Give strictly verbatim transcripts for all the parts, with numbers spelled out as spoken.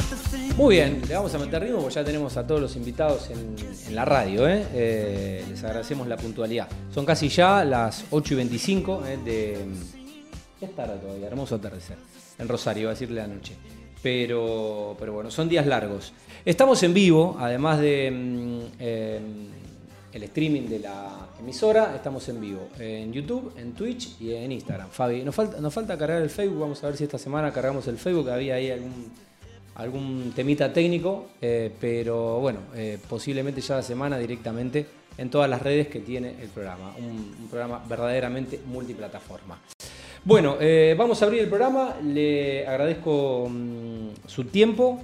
Muy bien, le vamos a meter ritmo porque ya tenemos a todos los invitados en, en la radio. ¿eh? Eh, les agradecemos la puntualidad. Son casi ya las ocho y veinticinco ¿eh? de... Ya es tarde todavía, hermoso atardecer. En Rosario, iba a decirle la noche. Pero, pero bueno, son días largos. Estamos en vivo, además de eh, el streaming de la emisora, estamos en vivo en YouTube, en Twitch y en Instagram. Fabi, nos falta, nos falta cargar el Facebook, vamos a ver si esta semana cargamos el Facebook, había ahí algún... algún temita técnico, eh, pero bueno, eh, posiblemente ya la semana directamente en todas las redes que tiene el programa. Un, un programa verdaderamente multiplataforma. Bueno, eh, vamos a abrir el programa. Le agradezco mmm, su tiempo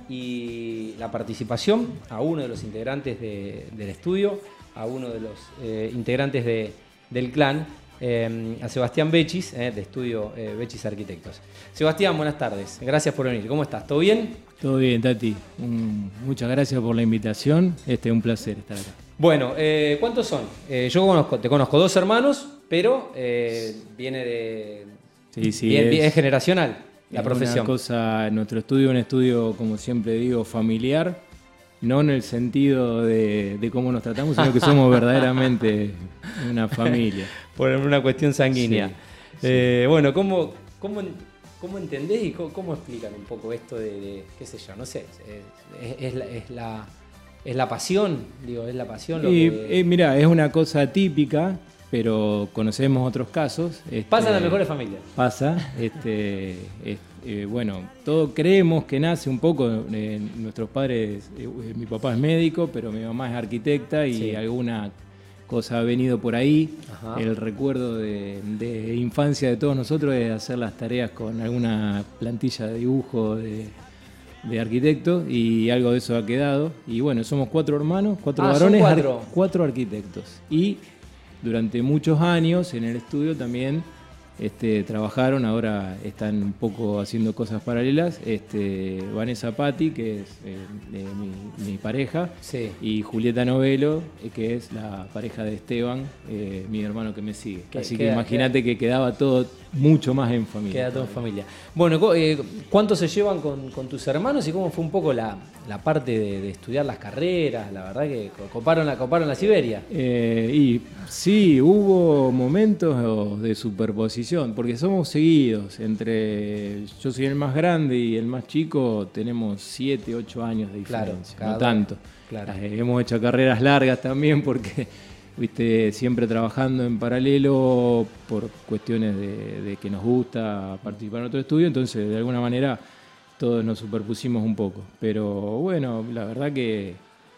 y la participación a uno de los integrantes de, del estudio, a uno de los eh, integrantes de, del clan, Eh, a Sebastián Bechis, eh, de estudio eh, Bechis Arquitectos. Sebastián, buenas tardes. Gracias por venir. ¿Cómo estás? ¿Todo bien? Todo bien, Tati. Un, muchas gracias por la invitación. Este es un placer estar acá. Bueno, eh, ¿cuántos son? Eh, yo conozco, te conozco dos hermanos, pero eh, viene de... Sí, sí, bien, es, es generacional la es profesión. Una cosa, nuestro estudio es un estudio, como siempre digo, familiar. No en el sentido de, de cómo nos tratamos, sino que somos verdaderamente una familia. Por una cuestión sanguínea. Sí, sí. Eh, bueno, ¿cómo, cómo, ¿cómo entendés y cómo, cómo explican un poco esto de, de qué sé yo, no sé, es, es, la, es, la, es la pasión, digo, es la pasión lo y, que... eh, mirá, es una cosa típica, pero conocemos otros casos. Este, pasa en las mejores familias. Pasa, este... este Eh, bueno, todos creemos que nace un poco, eh, nuestros padres, eh, mi papá es médico, pero mi mamá es arquitecta y sí. Alguna cosa ha venido por ahí. Ajá. El recuerdo de, de infancia de todos nosotros es hacer las tareas con alguna plantilla de dibujo de, de arquitecto y algo de eso ha quedado. Y bueno, somos cuatro hermanos, cuatro ah, varones, son cuatro. Ar- cuatro arquitectos. Y durante muchos años en el estudio también Este, trabajaron, ahora están un poco haciendo cosas paralelas, este, Vanessa Patti, que es eh, de mi, mi pareja, sí. Y Julieta Novelo, eh, que es la pareja de Esteban, eh, mi hermano que me sigue. ¿Qué, Así queda, que imagínate que quedaba todo mucho más en familia. Queda todo en familia. Bueno, eh, ¿cuánto se llevan con, con tus hermanos y cómo fue un poco la, la parte de, de estudiar las carreras? La verdad que coparon la, coparon la Siberia. Eh, y sí, hubo momentos de superposición, porque somos seguidos. Entre yo soy el más grande y el más chico, tenemos siete, ocho años de diferencia. Claro, no tanto. Claro. Eh, hemos hecho carreras largas también porque, viste, siempre trabajando en paralelo por cuestiones de, de que nos gusta participar en otro estudio, entonces de alguna manera todos nos superpusimos un poco. Pero bueno, la verdad que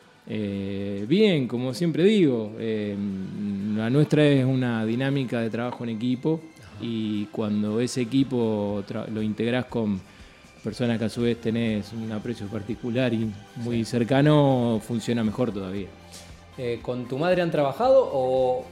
eh, bien, como siempre digo, eh, la nuestra es una dinámica de trabajo en equipo. Y cuando ese equipo tra- lo integrás con personas que a su vez tenés un aprecio particular y muy sí. cercano, funciona mejor todavía. Eh, ¿Con tu madre han trabajado o...?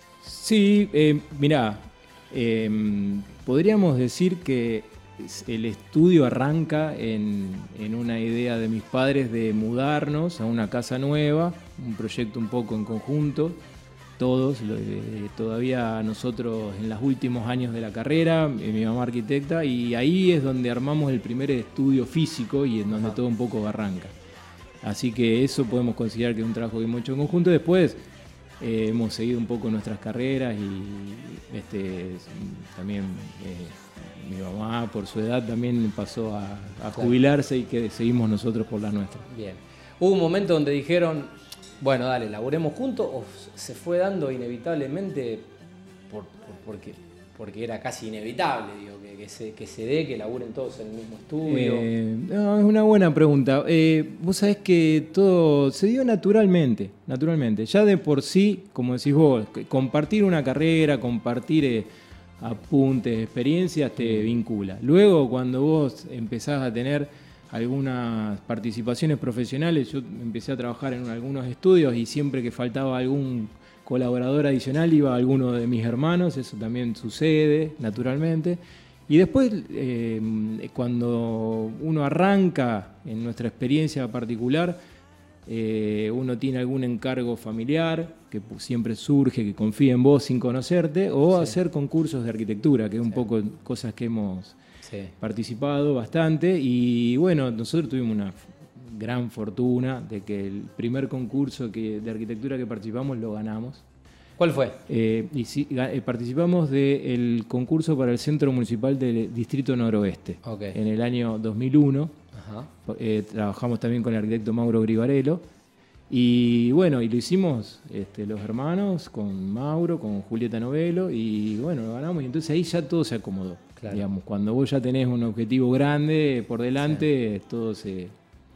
Sí, eh, mirá, eh, podríamos decir que el estudio arranca en, en una idea de mis padres de mudarnos a una casa nueva, un proyecto un poco en conjunto. Todos, eh, todavía nosotros en los últimos años de la carrera, eh, mi mamá arquitecta, y ahí es donde armamos el primer estudio físico y en donde Ajá. todo un poco arranca. Así que eso podemos considerar que es un trabajo que hemos hecho en conjunto. Después eh, hemos seguido un poco nuestras carreras y este, también eh, mi mamá por su edad también pasó a, a jubilarse y que seguimos nosotros por la nuestra. Bien. ¿Hubo un momento donde dijeron... bueno, dale, laburemos juntos, o se fue dando inevitablemente por, por, porque, porque era casi inevitable, digo, que, que, se, que se dé, que laburen todos en el mismo estudio? Eh, no, es una buena pregunta. Eh, vos sabés que todo se dio naturalmente, naturalmente. Ya de por sí, como decís vos, compartir una carrera, compartir eh, apuntes, experiencias, te vincula. Luego, cuando vos empezás a tener algunas participaciones profesionales, yo empecé a trabajar en algunos estudios y siempre que faltaba algún colaborador adicional iba alguno de mis hermanos, eso también sucede naturalmente. Y después, eh, cuando uno arranca en nuestra experiencia particular, eh, uno tiene algún encargo familiar que siempre surge, que confía en vos sin conocerte, o sí. hacer concursos de arquitectura, que es un sí. poco cosas que hemos sí. participado bastante y bueno, nosotros tuvimos una gran fortuna de que el primer concurso que, de arquitectura que participamos lo ganamos. ¿Cuál fue? Eh, y sí, eh, participamos del concurso para el Centro Municipal del Distrito Noroeste Okay. en el año dos mil uno. Ajá. Eh, trabajamos también con el arquitecto Mauro Gribarello. Y bueno, y lo hicimos este, los hermanos, con Mauro, con Julieta Novello, y bueno, lo ganamos, y entonces ahí ya todo se acomodó. Claro. Digamos, cuando vos ya tenés un objetivo grande por delante, sí. todo se,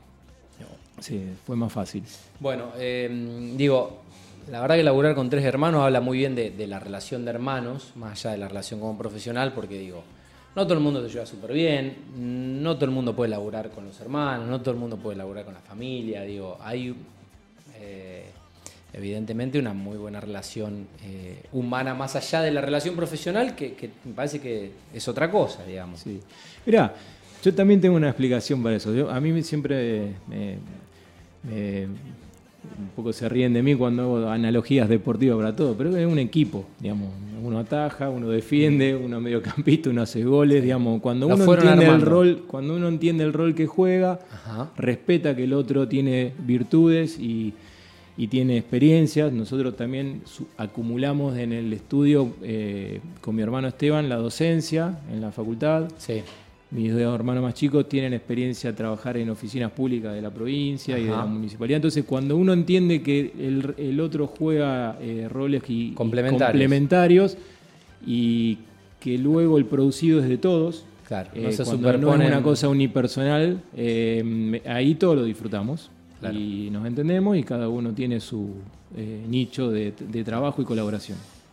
se fue más fácil. Bueno, eh, digo, la verdad que laburar con tres hermanos habla muy bien de, de la relación de hermanos, más allá de la relación como profesional, porque digo, no todo el mundo te lleva súper bien, no todo el mundo puede laburar con los hermanos, no todo el mundo puede laburar con la familia, digo, hay... Eh, evidentemente una muy buena relación eh, humana más allá de la relación profesional que, que me parece que es otra cosa, digamos. Sí. Mirá, yo también tengo una explicación para eso. Yo, a mí siempre me, me, un poco se ríen de mí cuando hago analogías deportivas para todo, pero es un equipo, digamos. Uno ataja, uno defiende, uno mediocampista, uno hace goles, digamos. Cuando uno entiende el rol, cuando uno entiende el rol que juega, Ajá. respeta que el otro tiene virtudes y y tiene experiencias. Nosotros también su, acumulamos en el estudio eh, con mi hermano Esteban la docencia en la facultad. Sí. Mis dos hermanos más chicos tienen experiencia a trabajar en oficinas públicas de la provincia Ajá. y de la municipalidad. Entonces, cuando uno entiende que el, el otro juega eh, roles y, complementarios. y complementarios y que luego el producido es de todos, claro, no eh, se cuando no es una cosa unipersonal, eh, ahí todo lo disfrutamos. Claro. Y nos entendemos y cada uno tiene su eh, nicho de, de trabajo y colaboración.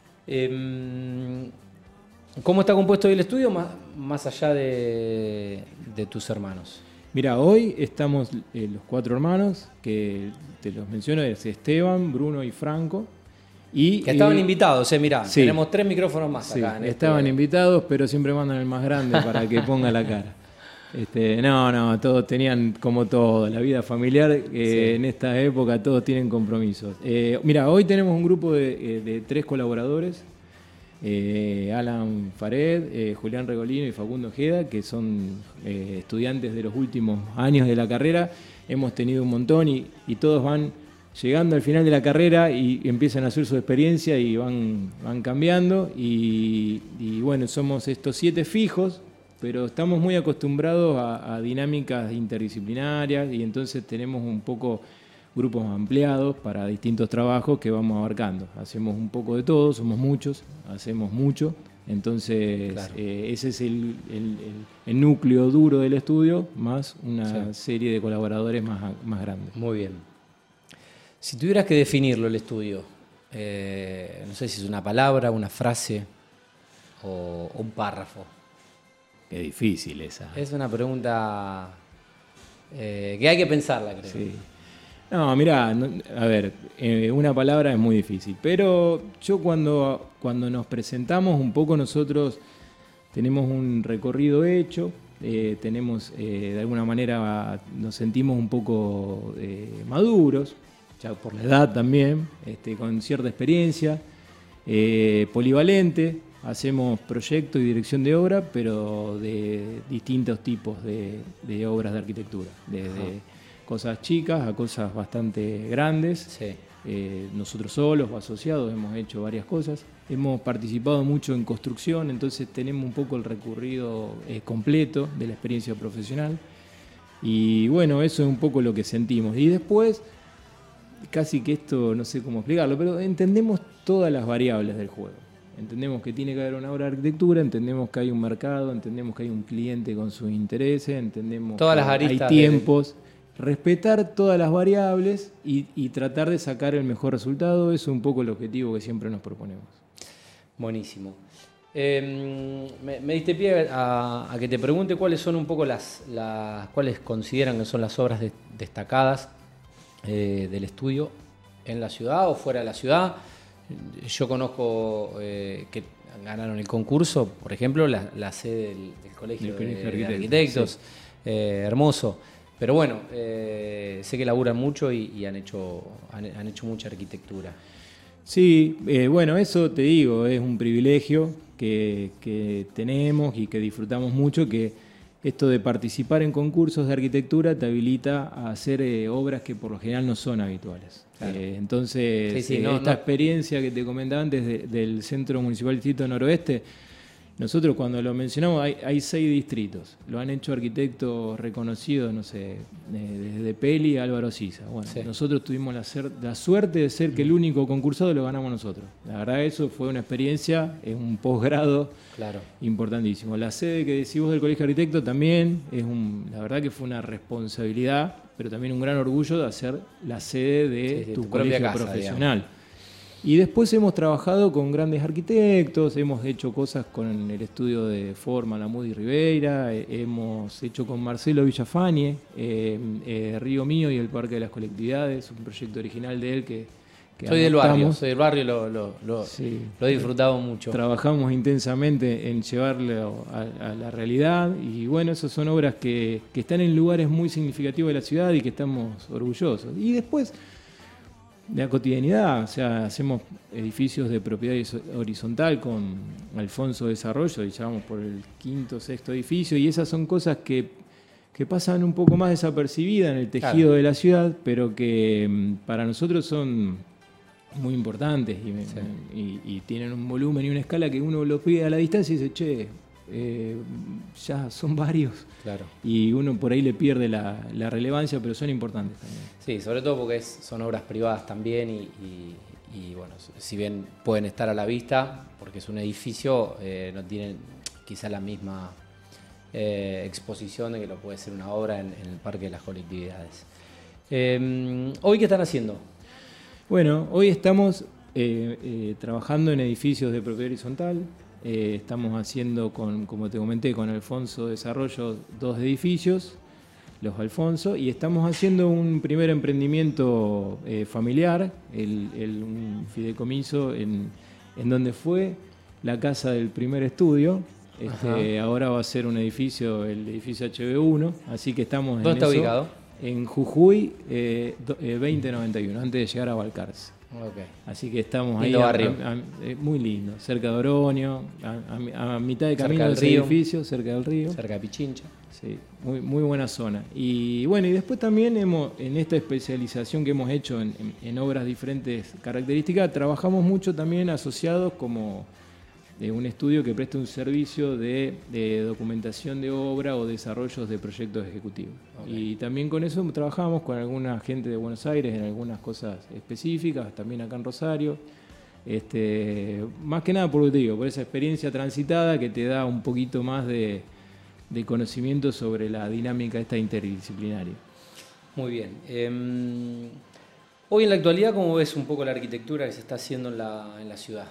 Eh, ¿Cómo está compuesto hoy el estudio más, más allá de, de tus hermanos? Mira, hoy estamos eh, los cuatro hermanos, que te los menciono, es Esteban, Bruno y Franco. Y, que estaban eh, invitados, eh, mirá, sí, tenemos tres micrófonos más sí, acá. En estaban este... invitados, pero siempre mandan el más grande para que ponga la cara. Este, no, no, todos tenían como todo, la vida familiar, eh, sí. en esta época todos tienen compromisos. Eh, mira, hoy tenemos un grupo de, de tres colaboradores, eh, Alan Fared, eh, Julián Regolino y Facundo Ojeda, que son eh, estudiantes de los últimos años de la carrera. Hemos tenido un montón y, y todos van llegando al final de la carrera y empiezan a hacer su experiencia y van, van cambiando. Y, y bueno, somos estos siete fijos, pero estamos muy acostumbrados a, a dinámicas interdisciplinarias y entonces tenemos un poco grupos ampliados para distintos trabajos que vamos abarcando. Hacemos un poco de todo, somos muchos, hacemos mucho, entonces claro. eh, ese es el, el, el, el núcleo duro del estudio, más una sí. serie de colaboradores más, más grandes. Muy bien. Si tuvieras que definirlo el estudio, eh, no sé si es una palabra, una frase o, o un párrafo. Qué difícil esa. Es una pregunta eh, que hay que pensarla, creo. Sí. No, mirá, no, a ver, eh, una palabra es muy difícil, pero yo cuando, cuando nos presentamos un poco nosotros tenemos un recorrido hecho, eh, tenemos eh, de alguna manera nos sentimos un poco eh, maduros, ya por la edad también, este, con cierta experiencia, eh, polivalente. Hacemos proyecto y dirección de obra, pero de distintos tipos de, de obras de arquitectura, desde cosas chicas a cosas bastante grandes. Sí. Eh, nosotros solos o asociados hemos hecho varias cosas. Hemos participado mucho en construcción, entonces tenemos un poco el recorrido eh, completo de la experiencia profesional. Y bueno, eso es un poco lo que sentimos. Y después, casi que esto, no sé cómo explicarlo, pero entendemos todas las variables del juego. Entendemos que tiene que haber una obra de arquitectura, entendemos que hay un mercado, entendemos que hay un cliente con sus intereses, entendemos todas que las aristas hay tiempos. De... Respetar todas las variables y, y tratar de sacar el mejor resultado, eso es un poco el objetivo que siempre nos proponemos. Buenísimo. Eh, me, me diste pie a, a que te pregunte cuáles son un poco las, las cuáles consideran que son las obras de, destacadas eh, del estudio en la ciudad o fuera de la ciudad. Yo conozco eh, que ganaron el concurso, por ejemplo, la, la sede del, del Colegio de, de, de Arquitectos, sí. eh, hermoso. Pero bueno, eh, sé que laburan mucho y, y han, hecho, han, han hecho mucha arquitectura. Sí, eh, bueno, eso te digo, es un privilegio que, que tenemos y que disfrutamos mucho, que esto de participar en concursos de arquitectura te habilita a hacer eh, obras que por lo general no son habituales. Claro. Eh, entonces, sí, sí, eh, no, esta no. experiencia que te comentaba antes de, del Centro Municipal Distrito Noroeste, nosotros cuando lo mencionamos hay, hay seis distritos, lo han hecho arquitectos reconocidos, no sé, desde Peli a Álvaro Sisa. Bueno, sí. Nosotros tuvimos la, ser, la suerte de ser que el único concursado lo ganamos nosotros. La verdad eso fue una experiencia, es un posgrado claro. importantísimo. La sede que decís vos del Colegio de Arquitectos también, es un, la verdad que fue una responsabilidad, pero también un gran orgullo de hacer la sede de sí, sí, tu, tu colegio casa, profesional. Digamos. Y después hemos trabajado con grandes arquitectos, hemos hecho cosas con el estudio de Forma, Lamuda y Ribeira, eh, hemos hecho con Marcelo Villafañe, eh, eh, Río Mío y el Parque de las Colectividades, un proyecto original de él que, que Soy adoptamos. del barrio, soy del barrio y lo, lo, lo, sí. lo he disfrutado mucho. Trabajamos intensamente en llevarlo a, a la realidad y bueno, esas son obras que, que están en lugares muy significativos de la ciudad y que estamos orgullosos. Y después, de la cotidianidad, o sea, hacemos edificios de propiedad horizontal con Alfonso Desarrollo y ya vamos por el quinto, sexto edificio y esas son cosas que, que pasan un poco más desapercibidas en el tejido claro. de la ciudad, pero que para nosotros son muy importantes y, sí. y, y tienen un volumen y una escala que uno lo pide a la distancia y dice, che, eh, ya son varios claro. y uno por ahí le pierde la, la relevancia, pero son importantes también. Sí, sobre todo porque es, son obras privadas también y, y, y bueno, si bien pueden estar a la vista, porque es un edificio, eh, no tienen quizá la misma eh, exposición de que lo puede ser una obra en, en el Parque de las Colectividades. Eh, ¿Hoy qué están haciendo? Bueno, hoy estamos eh, eh, trabajando en edificios de propiedad horizontal. Eh, estamos haciendo, con, como te comenté, con Alfonso Desarrollo, dos edificios, los Alfonso, y estamos haciendo un primer emprendimiento eh, familiar, el, el, un fideicomiso en, en donde fue la casa del primer estudio. Este, ahora va a ser un edificio, el edificio H B uno, así que estamos en ¿Dónde está eso, ubicado? En Jujuy, eh, veinte noventa y uno, antes de llegar a Balcarce. Okay. Así que estamos lindo ahí, barrio. A, a, a, muy lindo, cerca de Oroño, a, a, a mitad de camino del edificio, cerca del río. Cerca de Pichincha. Sí, muy, muy buena zona. Y bueno, y después también hemos, en esta especialización que hemos hecho en, en, en obras diferentes características, trabajamos mucho también asociados como de un estudio que presta un servicio de, de documentación de obra o desarrollos de proyectos ejecutivos. Okay. Y también con eso trabajamos con alguna gente de Buenos Aires en algunas cosas específicas, también acá en Rosario. Este, más que nada por lo que te digo, por esa experiencia transitada que te da un poquito más de, de conocimiento sobre la dinámica esta interdisciplinaria. Muy bien. Eh, hoy en la actualidad, ¿cómo ves un poco la arquitectura que se está haciendo en la, en la ciudad?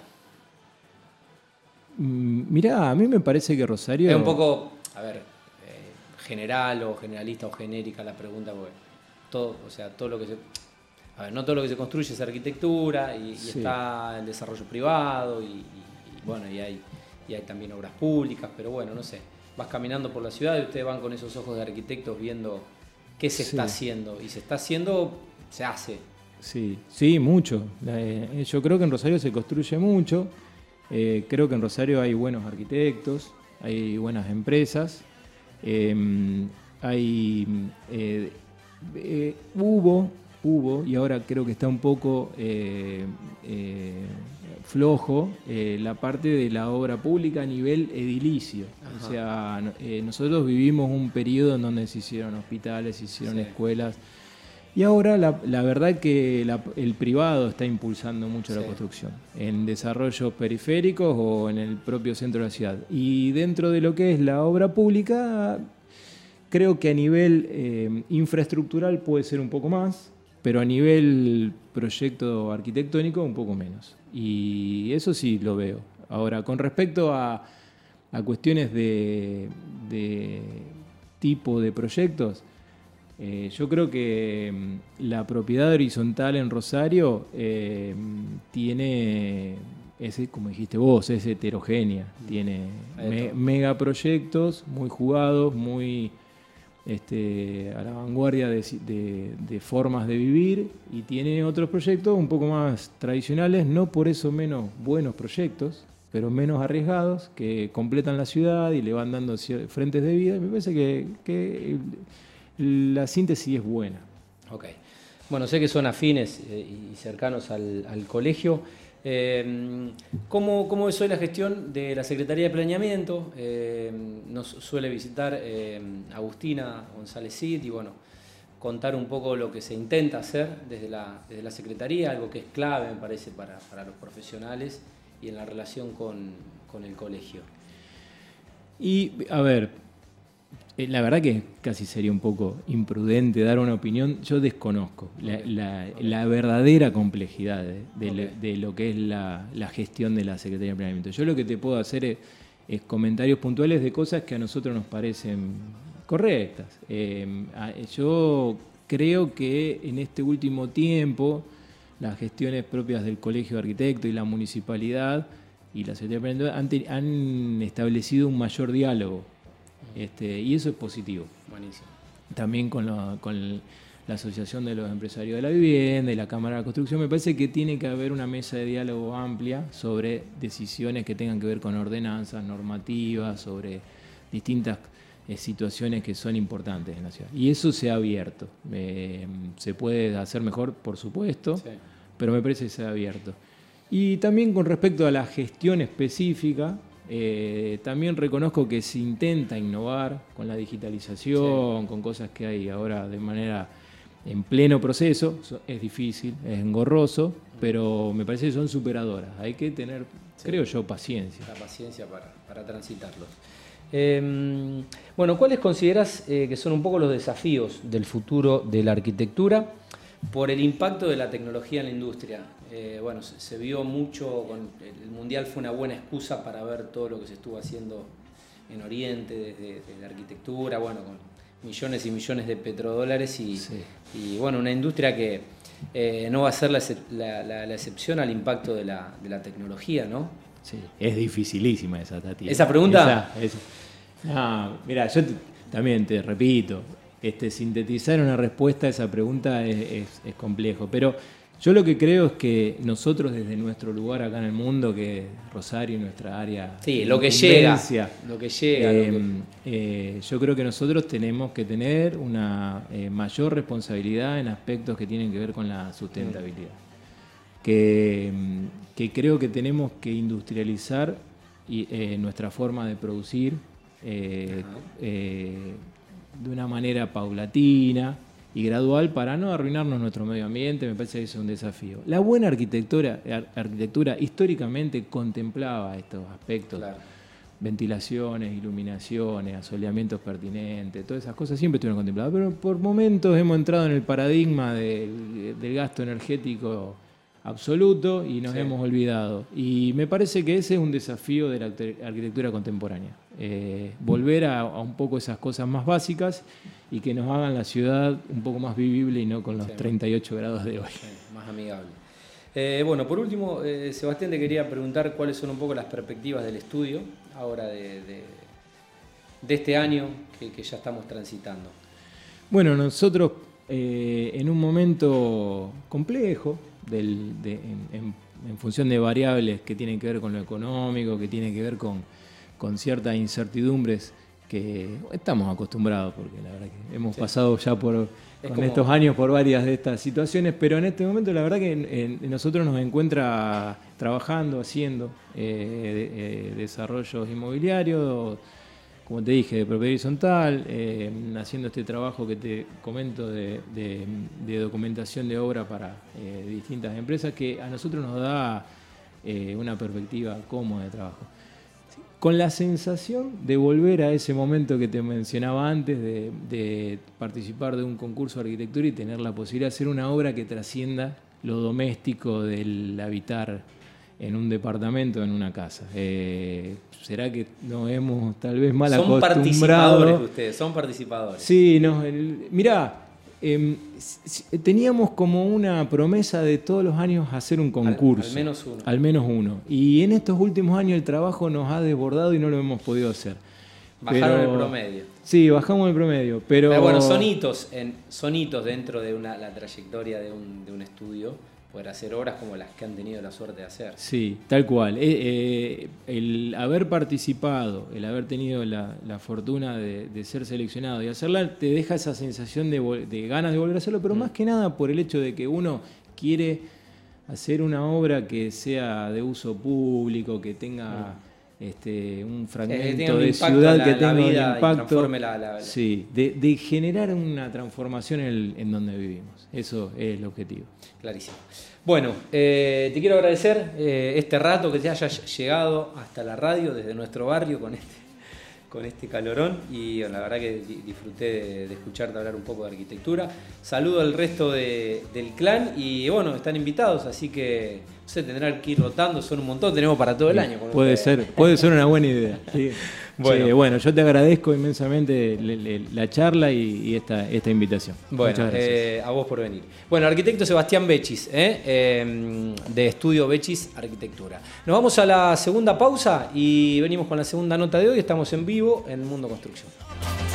Mirá, a mí me parece que Rosario... Es un poco, a ver, eh, general o generalista o genérica la pregunta, porque todo, o sea, todo lo que se... A ver, no todo lo que se construye es arquitectura y, sí. y está el desarrollo privado y, y, y bueno, y hay, y hay también obras públicas, pero bueno, no sé, vas caminando por la ciudad y ustedes van con esos ojos de arquitectos viendo qué se sí. está haciendo, y se está haciendo, se hace. Sí, sí, mucho. Eh, yo creo que en Rosario se construye mucho. Eh, creo que en Rosario hay buenos arquitectos, hay buenas empresas, eh, hay eh, eh, hubo, hubo, y ahora creo que está un poco eh, eh, flojo, eh, la parte de la obra pública a nivel edilicio. Ajá. O sea, eh, nosotros vivimos un periodo en donde se hicieron hospitales, se hicieron sí. escuelas. Y ahora la, la verdad que la, el privado está impulsando mucho sí. la construcción, en desarrollos periféricos o en el propio centro de la ciudad. Y dentro de lo que es la obra pública, creo que a nivel eh, infraestructural puede ser un poco más, pero a nivel proyecto arquitectónico un poco menos. Y eso sí lo veo. Ahora, con respecto a, a cuestiones de, de tipo de proyectos, Eh, yo creo que la propiedad horizontal en Rosario eh, tiene, es, como dijiste vos, es heterogénea. Tiene me, megaproyectos muy jugados, muy este, a la vanguardia de, de, de formas de vivir, y tiene otros proyectos un poco más tradicionales, no por eso menos buenos proyectos, pero menos arriesgados, que completan la ciudad y le van dando frentes de vida. Me parece que, que la síntesis es buena. Ok. Bueno, sé que son afines eh, y cercanos al, al colegio. Eh, ¿cómo, ¿Cómo es hoy la gestión de la Secretaría de Planeamiento? Eh, nos suele visitar eh, Agustina González Cid y bueno, contar un poco lo que se intenta hacer desde la, desde la Secretaría, algo que es clave, me parece, para, para los profesionales y en la relación con, con el colegio. Y, a ver, la verdad que casi sería un poco imprudente dar una opinión. Yo desconozco la, okay. la, okay. la verdadera complejidad de, de, okay. lo, de lo que es la, la gestión de la Secretaría de Planeamiento. Yo lo que te puedo hacer es, es comentarios puntuales de cosas que a nosotros nos parecen correctas. Eh, yo creo que en este último tiempo las gestiones propias del Colegio de Arquitectos y la Municipalidad y la Secretaría de Planeamiento han, han establecido un mayor diálogo. Este, y eso es positivo. Buenísimo. También con, lo, con la Asociación de los Empresarios de la Vivienda y la Cámara de la Construcción, me parece que tiene que haber una mesa de diálogo amplia sobre decisiones que tengan que ver con ordenanzas, normativas, sobre distintas eh, situaciones que son importantes en la ciudad. Y eso se ha abierto. Eh, se puede hacer mejor, por supuesto, sí. pero me parece que se ha abierto. Y también con respecto a la gestión específica, Eh, también reconozco que se intenta innovar con la digitalización, sí. con cosas que hay ahora de manera en pleno proceso. Es difícil, es engorroso, pero me parece que son superadoras. Hay que tener, sí. creo yo, paciencia. La paciencia para, para transitarlos. Eh, bueno, ¿cuáles consideras eh, que son un poco los desafíos del futuro de la arquitectura por el impacto de la tecnología en la industria? Eh, bueno, se, se vio mucho, con el Mundial fue una buena excusa para ver todo lo que se estuvo haciendo en Oriente, desde, desde arquitectura, bueno, con millones y millones de petrodólares y, sí. y bueno, una industria que eh, no va a ser la, la, la, la excepción al impacto de la, de la tecnología, ¿no? Sí, es dificilísima esa, Tati. ¿Esa pregunta? Esa, esa. No, mira, yo te, también te repito, este, sintetizar una respuesta a esa pregunta es, es, es complejo, pero yo lo que creo es que nosotros desde nuestro lugar acá en el mundo, que es Rosario, nuestra área sí, lo que llega, lo que llega, eh, lo que... Eh, yo creo que nosotros tenemos que tener una eh, mayor responsabilidad en aspectos que tienen que ver con la sustentabilidad, mm. que, que creo que tenemos que industrializar y, eh, nuestra forma de producir eh, eh, de una manera paulatina y gradual para no arruinarnos nuestro medio ambiente. Me parece que es un desafío. La buena arquitectura, arquitectura históricamente contemplaba estos aspectos, claro. Ventilaciones, iluminaciones, asoleamientos pertinentes, todas esas cosas siempre estuvieron contempladas, pero por momentos hemos entrado en el paradigma del, del gasto energético absoluto y nos sí. hemos olvidado. Y me parece que ese es un desafío de la arquitectura contemporánea. Eh, volver a, a un poco esas cosas más básicas y que nos hagan la ciudad un poco más vivible y no con los sí, treinta y ocho grados de hoy. Sí, más amigable. Eh, bueno, por último, eh, Sebastián, te quería preguntar cuáles son un poco las perspectivas del estudio ahora de, de, de este año que, que ya estamos transitando. Bueno, nosotros eh, en un momento complejo, del, de, en, en, en función de variables que tienen que ver con lo económico, que tienen que ver con, con ciertas incertidumbres que estamos acostumbrados, porque la verdad que hemos sí. pasado ya por es con como... estos años por varias de estas situaciones, pero en este momento la verdad que en, en nosotros nos encuentra trabajando, haciendo eh, de, eh, desarrollos inmobiliarios, como te dije, de propiedad horizontal, eh, haciendo este trabajo que te comento de, de, de documentación de obra para eh, distintas empresas, que a nosotros nos da eh, una perspectiva cómoda de trabajo. Con la sensación de volver a ese momento que te mencionaba antes, de, de participar de un concurso de arquitectura y tener la posibilidad de hacer una obra que trascienda lo doméstico del habitar en un departamento, en una casa. Eh, ¿Será que nos hemos tal vez mal son acostumbrado? Son participadores ustedes, son participadores. Sí, no, el, mirá, eh, teníamos como una promesa de todos los años hacer un concurso. Al, al menos uno. Al menos uno. Y en estos últimos años el trabajo nos ha desbordado y no lo hemos podido hacer. Bajaron pero, el promedio. Sí, bajamos el promedio. Pero, pero bueno, son hitos, en, son hitos dentro de una, la trayectoria de un, de un estudio poder hacer obras como las que han tenido la suerte de hacer. Sí, tal cual. Eh, eh, el haber participado, el haber tenido la, la fortuna de, de ser seleccionado y hacerla, te deja esa sensación de, de ganas de volver a hacerlo, pero mm. más que nada por el hecho de que uno quiere hacer una obra que sea de uso público, que tenga... Mm. Este, un fragmento eh, un de ciudad la, que tenga un impacto la, la, la... Sí, de, de generar una transformación en, el, en donde vivimos. Eso es el objetivo. Clarísimo. Bueno, eh, te quiero agradecer eh, este rato que te hayas llegado hasta la radio desde nuestro barrio con este, con este calorón y la verdad que disfruté de, de escucharte hablar un poco de arquitectura. Saludo al resto de, del clan y bueno, están invitados, así que no sé, tendrán que ir rotando, son un montón, tenemos para todo el año. Puede ustedes. ser, puede ser una buena idea. Sí. Bueno. Sí, bueno, yo te agradezco inmensamente le, le, la charla y, y esta, esta invitación. Bueno, muchas gracias. Eh, a vos por venir. Bueno, arquitecto Sebastián Bechis, ¿eh? Eh, de Estudio Bechis Arquitectura. Nos vamos a la segunda pausa y venimos con la segunda nota de hoy. Estamos en vivo en Mundo Construcción.